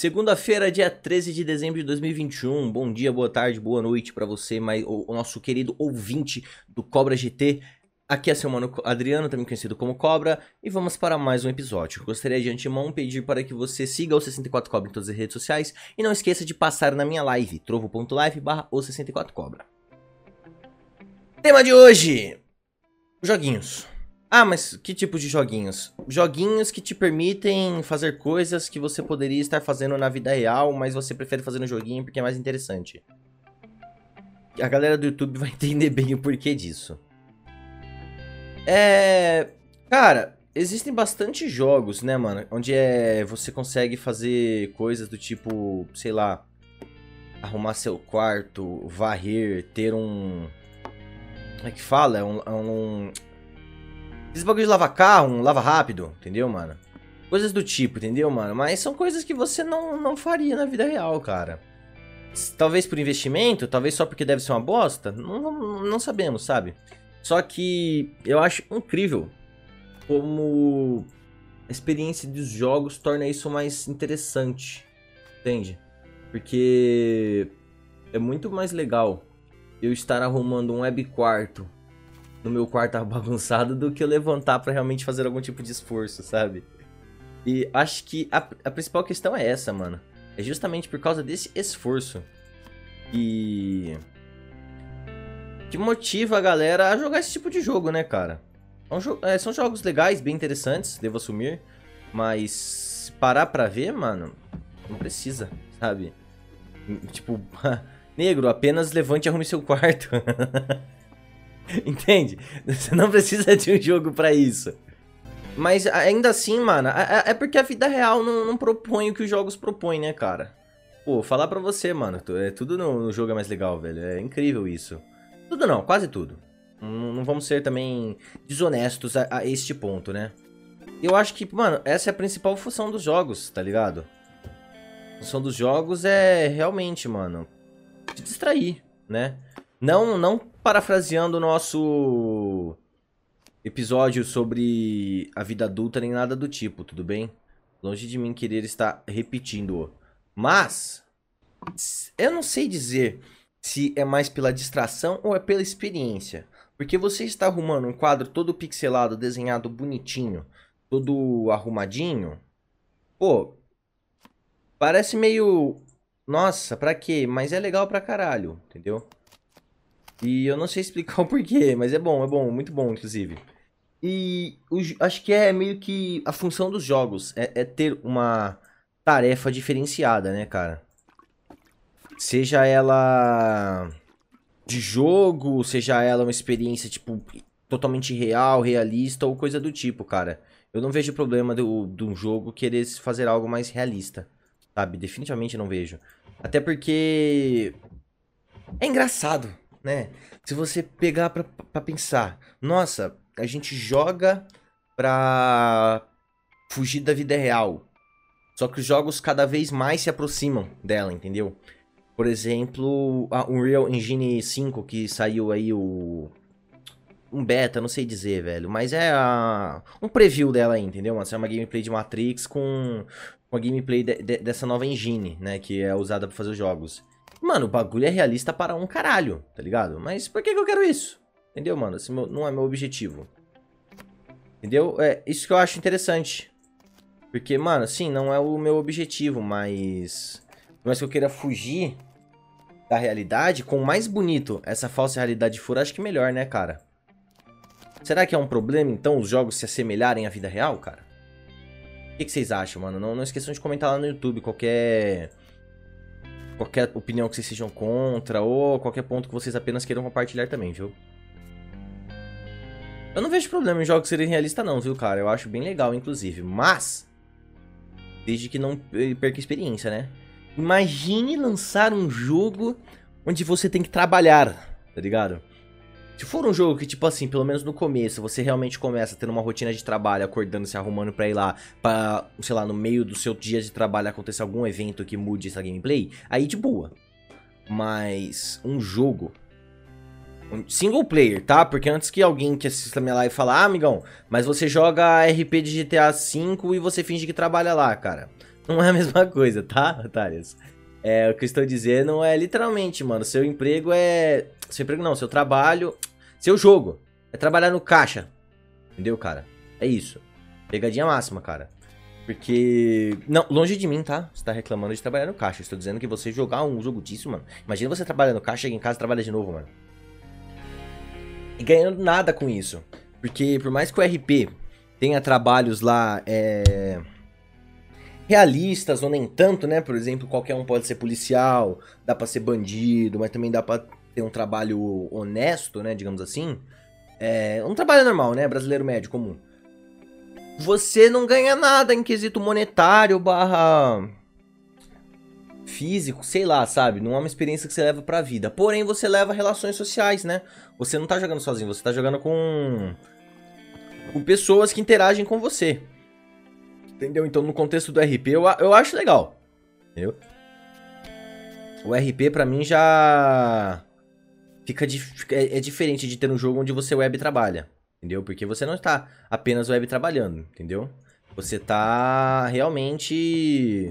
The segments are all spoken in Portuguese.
Segunda-feira, dia 13 de dezembro de 2021. Bom dia, boa tarde, boa noite pra você, o nosso querido ouvinte do Cobra GT. Aqui é seu mano Adriano, também conhecido como Cobra, e vamos para mais um episódio. Gostaria de antemão pedir para que você siga o 64Cobra em todas as redes sociais e não esqueça de passar na minha live, trovo.live/o64Cobra. Tema de hoje: joguinhos. Ah, mas que tipo de joguinhos? Joguinhos que te permitem fazer coisas que você poderia estar fazendo na vida real, mas você prefere fazer no joguinho porque é mais interessante. A galera do YouTube vai entender bem o porquê disso. Cara, existem bastante jogos, né, mano? Onde você consegue fazer coisas do tipo, sei lá, arrumar seu quarto, varrer, ter um... Como é que fala? Esse bagulho de lavar carro, um lava rápido, entendeu, mano? Coisas do tipo, entendeu, mano? Mas são coisas que você não faria na vida real, cara. Talvez por investimento, talvez só porque deve ser uma bosta, não sabemos, sabe? Só que eu acho incrível como a experiência dos jogos torna isso mais interessante, entende? Porque é muito mais legal eu estar arrumando um web quarto no meu quarto bagunçado do que eu levantar pra realmente fazer algum tipo de esforço, sabe? E acho que a principal questão é essa, mano. É justamente por causa desse esforço que motiva a galera a jogar esse tipo de jogo, né, cara? São jogos legais, bem interessantes, devo assumir. Mas parar pra ver, mano, não precisa, sabe? Tipo, negro, apenas levante e arrume seu quarto. Entende? Você não precisa de um jogo pra isso. Mas ainda assim, mano, é porque a vida real não propõe o que os jogos propõem, né, cara? Pô, falar pra você, mano, tudo no jogo é mais legal, velho. É incrível isso. Tudo não, quase tudo. Não vamos ser também desonestos a este ponto, né? Eu acho que, mano, essa é a principal função dos jogos, tá ligado? A função dos jogos é realmente, mano, te distrair, né? Não parafraseando o nosso episódio sobre a vida adulta nem nada do tipo, tudo bem? Longe de mim querer estar repetindo-o. Mas eu não sei dizer se é mais pela distração ou é pela experiência. Porque você está arrumando um quadro todo pixelado, desenhado bonitinho, todo arrumadinho. Pô, parece meio... Nossa, pra quê? Mas é legal pra caralho, entendeu? E eu não sei explicar o porquê, mas é bom, muito bom, inclusive. E acho que é meio que a função dos jogos, é ter uma tarefa diferenciada, né, cara? Seja ela de jogo, seja ela uma experiência, tipo, totalmente real, realista ou coisa do tipo, cara. Eu não vejo problema de um jogo querer fazer algo mais realista, sabe? Definitivamente não vejo. Até porque é engraçado, né? Se você pegar pra pensar, nossa, a gente joga pra fugir da vida real. Só que os jogos cada vez mais se aproximam dela, entendeu? Por exemplo, a Unreal Engine 5, que saiu aí um beta, não sei dizer, velho. Mas é um preview dela aí, entendeu? Essa é uma gameplay de Matrix com a gameplay dessa nova engine, né? Que é usada pra fazer os jogos. Mano, o bagulho é realista para um caralho, tá ligado? Mas por que eu quero isso? Entendeu, mano? Esse não é meu objetivo. Entendeu? É isso que eu acho interessante. Porque, mano, sim, não é o meu objetivo, mas... Mas que eu queira fugir da realidade, com o mais bonito essa falsa realidade for, acho que melhor, né, cara? Será que é um problema, então, os jogos se assemelharem à vida real, cara? O que vocês acham, mano? Não esqueçam de comentar lá no YouTube qualquer opinião que vocês sejam contra, ou qualquer ponto que vocês apenas queiram compartilhar também, viu? Eu não vejo problema em jogos serem realistas não, viu, cara? Eu acho bem legal, inclusive. Mas, desde que não perca experiência, né? Imagine lançar um jogo onde você tem que trabalhar, tá ligado? Se for um jogo que, tipo assim, pelo menos no começo, você realmente começa tendo uma rotina de trabalho, acordando, se arrumando pra ir lá, pra, sei lá, no meio do seu dia de trabalho acontecer algum evento que mude essa gameplay, aí de boa. Mas um jogo, um single player, tá? Porque antes que alguém que assista a minha live fale, ah, amigão, mas você joga RP de GTA V e você finge que trabalha lá, cara. Não é a mesma coisa, tá, otários? É, o que eu estou dizendo é literalmente, mano, seu emprego é... Seu emprego não, seu trabalho... Seu jogo é trabalhar no caixa, entendeu, cara? É isso. Pegadinha máxima, cara. Porque... Não, longe de mim, tá? Você tá reclamando de trabalhar no caixa. Eu estou dizendo que você jogar um jogo disso, mano... Imagina você trabalhar no caixa, chega em casa e trabalha de novo, mano. E ganhando nada com isso. Porque por mais que o RP tenha trabalhos lá, realistas ou nem tanto, né? Por exemplo, qualquer um pode ser policial, dá pra ser bandido, mas também dá pra ter um trabalho honesto, né? Digamos assim. É um trabalho normal, né? Brasileiro médio, comum. Você não ganha nada em quesito monetário barra físico, sei lá, sabe? Não é uma experiência que você leva pra vida. Porém, você leva relações sociais, né? Você não tá jogando sozinho, você tá jogando com pessoas que interagem com você. Entendeu? Então, no contexto do RP, eu acho legal. Entendeu? O RP, pra mim, já... É diferente de ter um jogo onde você web trabalha. Entendeu? Porque você não está apenas web trabalhando. Entendeu? Você tá realmente...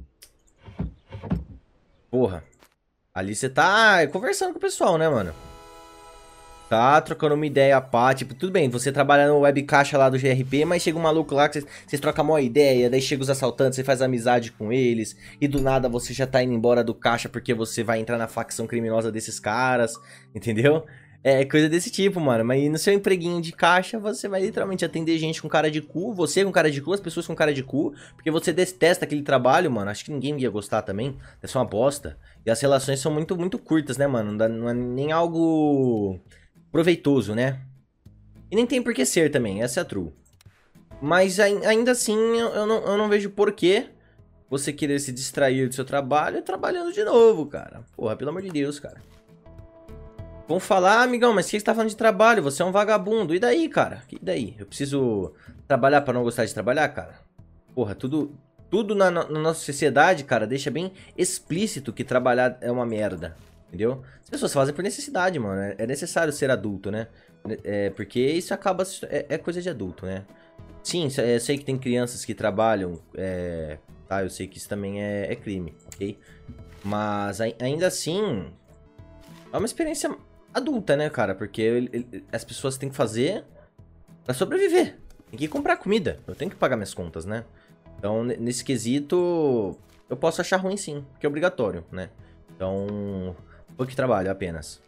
Porra. Ali você tá conversando com o pessoal, né, mano? Tá trocando uma ideia, pá, tipo, tudo bem, você trabalha no web caixa lá do GRP, mas chega um maluco lá que vocês trocam uma ideia, daí chega os assaltantes, você faz amizade com eles, e do nada você já tá indo embora do caixa porque você vai entrar na facção criminosa desses caras, entendeu? É coisa desse tipo, mano, mas no seu empreguinho de caixa, você vai literalmente atender gente com cara de cu, você com cara de cu, as pessoas com cara de cu, porque você detesta aquele trabalho, mano, acho que ninguém ia gostar também, é só uma bosta, e as relações são muito, muito curtas, né, mano, não é nem algo... proveitoso, né? E nem tem por que ser também, essa é a true. Mas ainda assim, eu não vejo porquê você querer se distrair do seu trabalho trabalhando de novo, cara. Porra, pelo amor de Deus, cara. Vão falar, amigão, mas o que você tá falando de trabalho? Você é um vagabundo. E daí, cara? E daí? Eu preciso trabalhar pra não gostar de trabalhar, cara? Porra, tudo na nossa sociedade, cara, deixa bem explícito que trabalhar é uma merda. Entendeu? As pessoas fazem por necessidade, mano. É necessário ser adulto, né? Porque isso acaba... É coisa de adulto, né? Sim, eu sei que tem crianças que trabalham, tá? Eu sei que isso também é crime, ok? Mas ainda assim... É uma experiência adulta, né, cara? Porque as pessoas têm que fazer pra sobreviver. Tem que comprar comida. Eu tenho que pagar minhas contas, né? Então, nesse quesito, eu posso achar ruim sim, porque é obrigatório, né? Então... pouco trabalho apenas.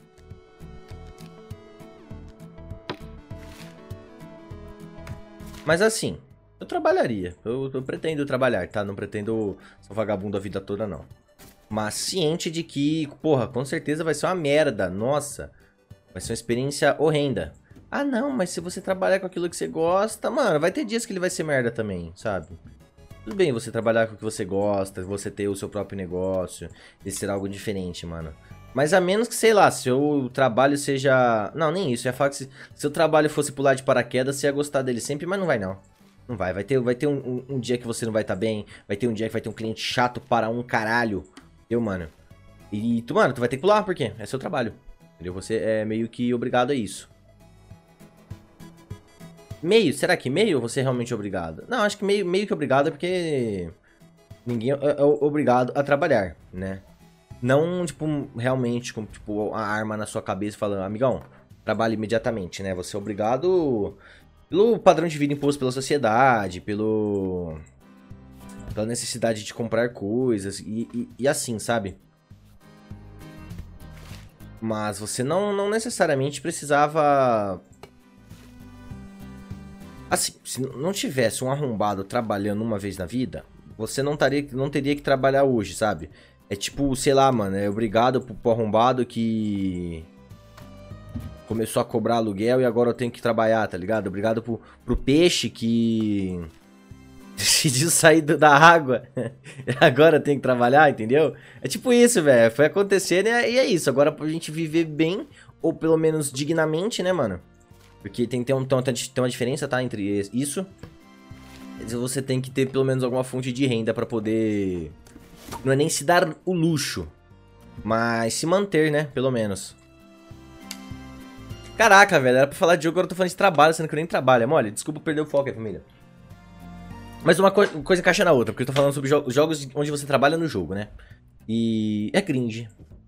Mas assim, eu trabalharia. Eu pretendo trabalhar, tá? Não pretendo ser vagabundo a vida toda, não. Mas ciente de que, porra, com certeza vai ser uma merda. Nossa, vai ser uma experiência horrenda. Ah, não, mas se você trabalhar com aquilo que você gosta, mano, vai ter dias que ele vai ser merda também, sabe? Tudo bem você trabalhar com o que você gosta, você ter o seu próprio negócio, e ser algo diferente, mano. Mas a menos que, sei lá, seu trabalho seja... Não, nem isso. Eu ia falar que se seu trabalho fosse pular de paraquedas, você ia gostar dele sempre, mas não vai não. Não vai. Vai ter um dia que você não vai estar bem. Vai ter um dia que vai ter um cliente chato para um caralho. Entendeu, mano? E tu, mano, tu vai ter que pular, por quê? É seu trabalho. Entendeu? Você é meio que obrigado a isso. Meio? Será que meio ou você é realmente obrigado? Não, acho que meio que obrigado é porque... ninguém é obrigado a trabalhar, né? Não, tipo, realmente com, tipo, a arma na sua cabeça falando, amigão, trabalhe imediatamente, né? Você é obrigado pelo padrão de vida imposto pela sociedade, pela necessidade de comprar coisas e assim, sabe? Mas você não necessariamente precisava... Assim, se não tivesse um arrombado trabalhando uma vez na vida, você não teria que trabalhar hoje, sabe? É tipo, sei lá, mano, é obrigado pro arrombado que começou a cobrar aluguel e agora eu tenho que trabalhar, tá ligado? Obrigado pro peixe que decidiu sair da água agora tem que trabalhar, entendeu? É tipo isso, velho, foi acontecendo e é isso. Agora pra gente viver bem, ou pelo menos dignamente, né, mano? Porque tem uma diferença, tá, entre isso. Você tem que ter pelo menos alguma fonte de renda pra poder... Não é nem se dar o luxo, mas se manter, né? Pelo menos. Caraca, velho, era pra falar de jogo, agora eu tô falando de trabalho, sendo que eu nem trabalho. É mole, desculpa perder o foco aí, família. Mas uma coisa encaixa na outra, porque eu tô falando sobre jogos onde você trabalha no jogo, né? E é cringe.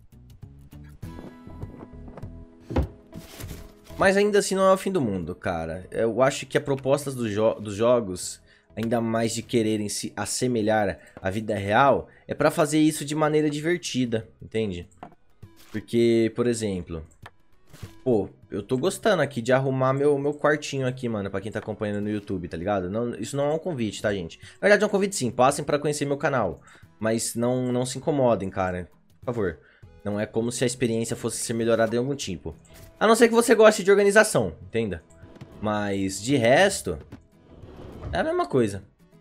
Mas ainda assim não é o fim do mundo, cara. Eu acho que a proposta dos jogos, ainda mais de quererem se assemelhar à vida real, é pra fazer isso de maneira divertida, entende? Porque, por exemplo, pô, eu tô gostando aqui de arrumar meu quartinho aqui, mano, pra quem tá acompanhando no YouTube, tá ligado? Não, isso não é um convite, tá, gente? Na verdade é um convite sim, passem pra conhecer meu canal, mas não se incomodem, cara, por favor. Não é como se a experiência fosse ser melhorada em algum tipo. A não ser que você goste de organização, entenda? Mas, de resto, é a mesma coisa.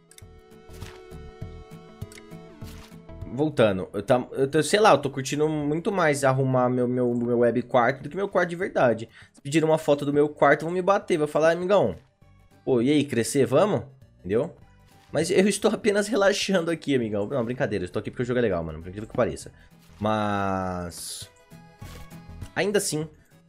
Voltando, sei lá, eu tô curtindo muito mais arrumar meu web quarto do que meu quarto de verdade. Se pedir uma foto do meu quarto, vão me bater, vão falar, amigão, pô, e aí, crescer, vamos? Entendeu? Mas eu estou apenas relaxando aqui, amigão. Não, brincadeira, eu estou aqui porque o jogo é legal, mano, por incrível que pareça. Mas... ainda assim,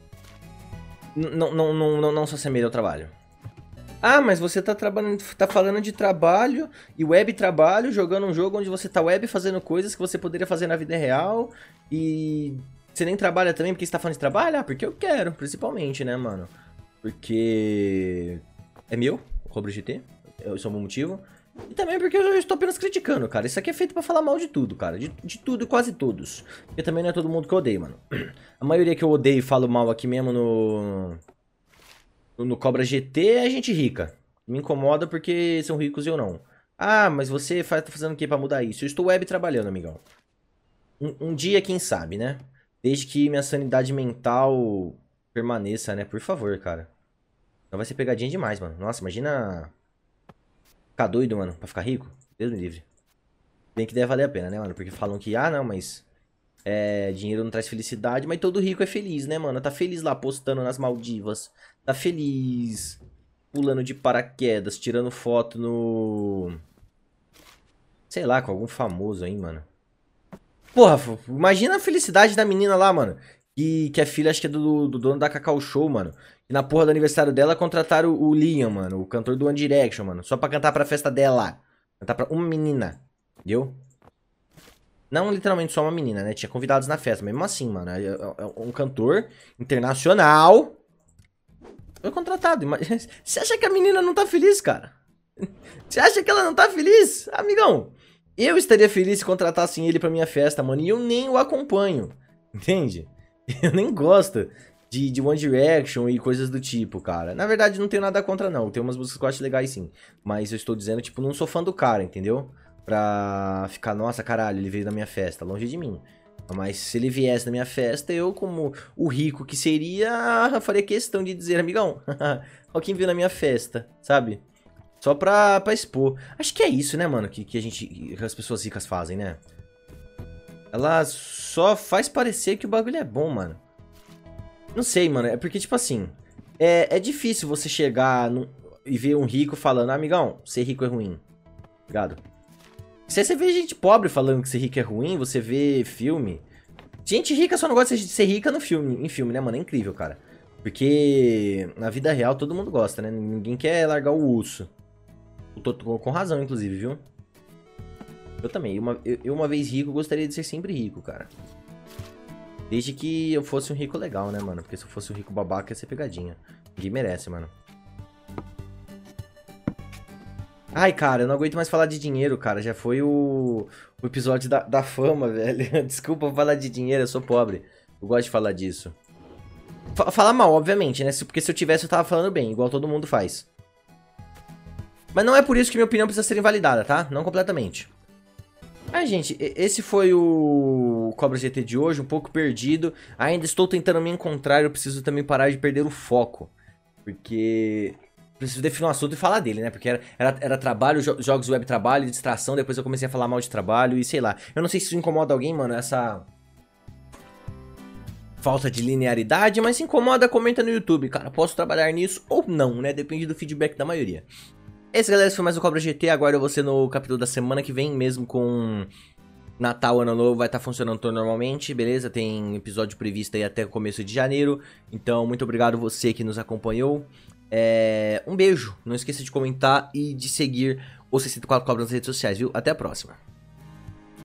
não se assemelha ao trabalho. Ah, mas você tá trabalhando, tá falando de trabalho e web trabalho, jogando um jogo onde você tá web fazendo coisas que você poderia fazer na vida real e você nem trabalha também porque você tá falando de trabalho? Ah, porque eu quero, principalmente, né, mano? Porque é meu, o Cobra GT, esse é o meu motivo. E também porque eu estou apenas criticando, cara. Isso aqui é feito pra falar mal de tudo, cara. De tudo e quase todos. Porque também não é todo mundo que eu odeio, mano. A maioria que eu odeio e falo mal aqui mesmo no Cobra GT é gente rica. Me incomoda porque são ricos e eu não. Ah, mas você tá fazendo o que pra mudar isso? Eu estou web trabalhando, amigão. Um dia, quem sabe, né? Desde que minha sanidade mental permaneça, né? Por favor, cara. Não vai ser pegadinha demais, mano. Nossa, imagina ficar doido, mano, pra ficar rico. Deus me livre. Bem que deve valer a pena, né, mano? Porque falam que, ah, não, mas dinheiro não traz felicidade, mas todo rico é feliz, né, mano? Tá feliz lá postando nas Maldivas. Tá feliz pulando de paraquedas, tirando foto no... sei lá, com algum famoso aí, mano. Porra, imagina a felicidade da menina lá, mano. Que é filha, acho que é do dono da Cacau Show, mano. E na porra do aniversário dela contrataram o Liam, mano. O cantor do One Direction, mano. Só pra cantar pra festa dela. Cantar pra uma menina. Entendeu? Não literalmente só uma menina, né? Tinha convidados na festa. Mesmo assim, mano. É um cantor internacional. Foi contratado. Você acha que a menina não tá feliz, cara? Você acha que ela não tá feliz? Amigão, eu estaria feliz se contratassem ele pra minha festa, mano. E eu nem o acompanho. Entende? Eu nem gosto de One Direction e coisas do tipo, cara. Na verdade, não tenho nada contra, não. Tem umas músicas que eu acho legais, sim. Mas eu estou dizendo, tipo, não sou fã do cara, entendeu? Pra ficar, nossa, caralho, ele veio da minha festa. Longe de mim. Mas se ele viesse na minha festa, eu, como o rico que seria, faria questão de dizer, amigão, ó quem veio na minha festa, sabe? Só pra expor. Acho que é isso, né, mano, que as pessoas ricas fazem, né? Ela só faz parecer que o bagulho é bom, mano. Não sei, mano. É porque, tipo assim... É difícil você chegar e ver um rico falando... amigão, ser rico é ruim. Ligado? Se você vê gente pobre falando que ser rico é ruim, você vê filme... Gente rica só não gosta de ser rica em filme, né, mano? É incrível, cara. Porque na vida real todo mundo gosta, né? Ninguém quer largar o urso. Eu tô com razão, inclusive, viu? Eu também. Uma vez rico, gostaria de ser sempre rico, cara. Desde que eu fosse um rico legal, né, mano? Porque se eu fosse um rico babaca, ia ser pegadinha. Ninguém merece, mano. Ai, cara, eu não aguento mais falar de dinheiro, cara. Já foi o episódio da fama, velho. Desculpa falar de dinheiro, eu sou pobre. Eu gosto de falar disso. Falar mal, obviamente, né? Porque se eu tivesse, eu tava falando bem, igual todo mundo faz. Mas não é por isso que minha opinião precisa ser invalidada, tá? Não completamente. Ah, gente, esse foi o Cobra GT de hoje, um pouco perdido. Ainda estou tentando me encontrar, eu preciso também parar de perder o foco. Porque preciso definir um assunto e falar dele, né? Porque era trabalho, jogos web trabalho, distração, depois eu comecei a falar mal de trabalho e sei lá. Eu não sei se isso incomoda alguém, mano, essa falta de linearidade, mas se incomoda, comenta no YouTube. Cara, posso trabalhar nisso ou não, né? Depende do feedback da maioria. Esse, galera, esse foi mais o Cobra GT. Aguardo você no capítulo da semana que vem, mesmo com Natal, Ano Novo, vai estar funcionando tudo normalmente, beleza? Tem episódio previsto aí até o começo de janeiro. Então, muito obrigado você que nos acompanhou. Um beijo, não esqueça de comentar e de seguir ou 64 Cobra nas redes sociais, viu? Até a próxima.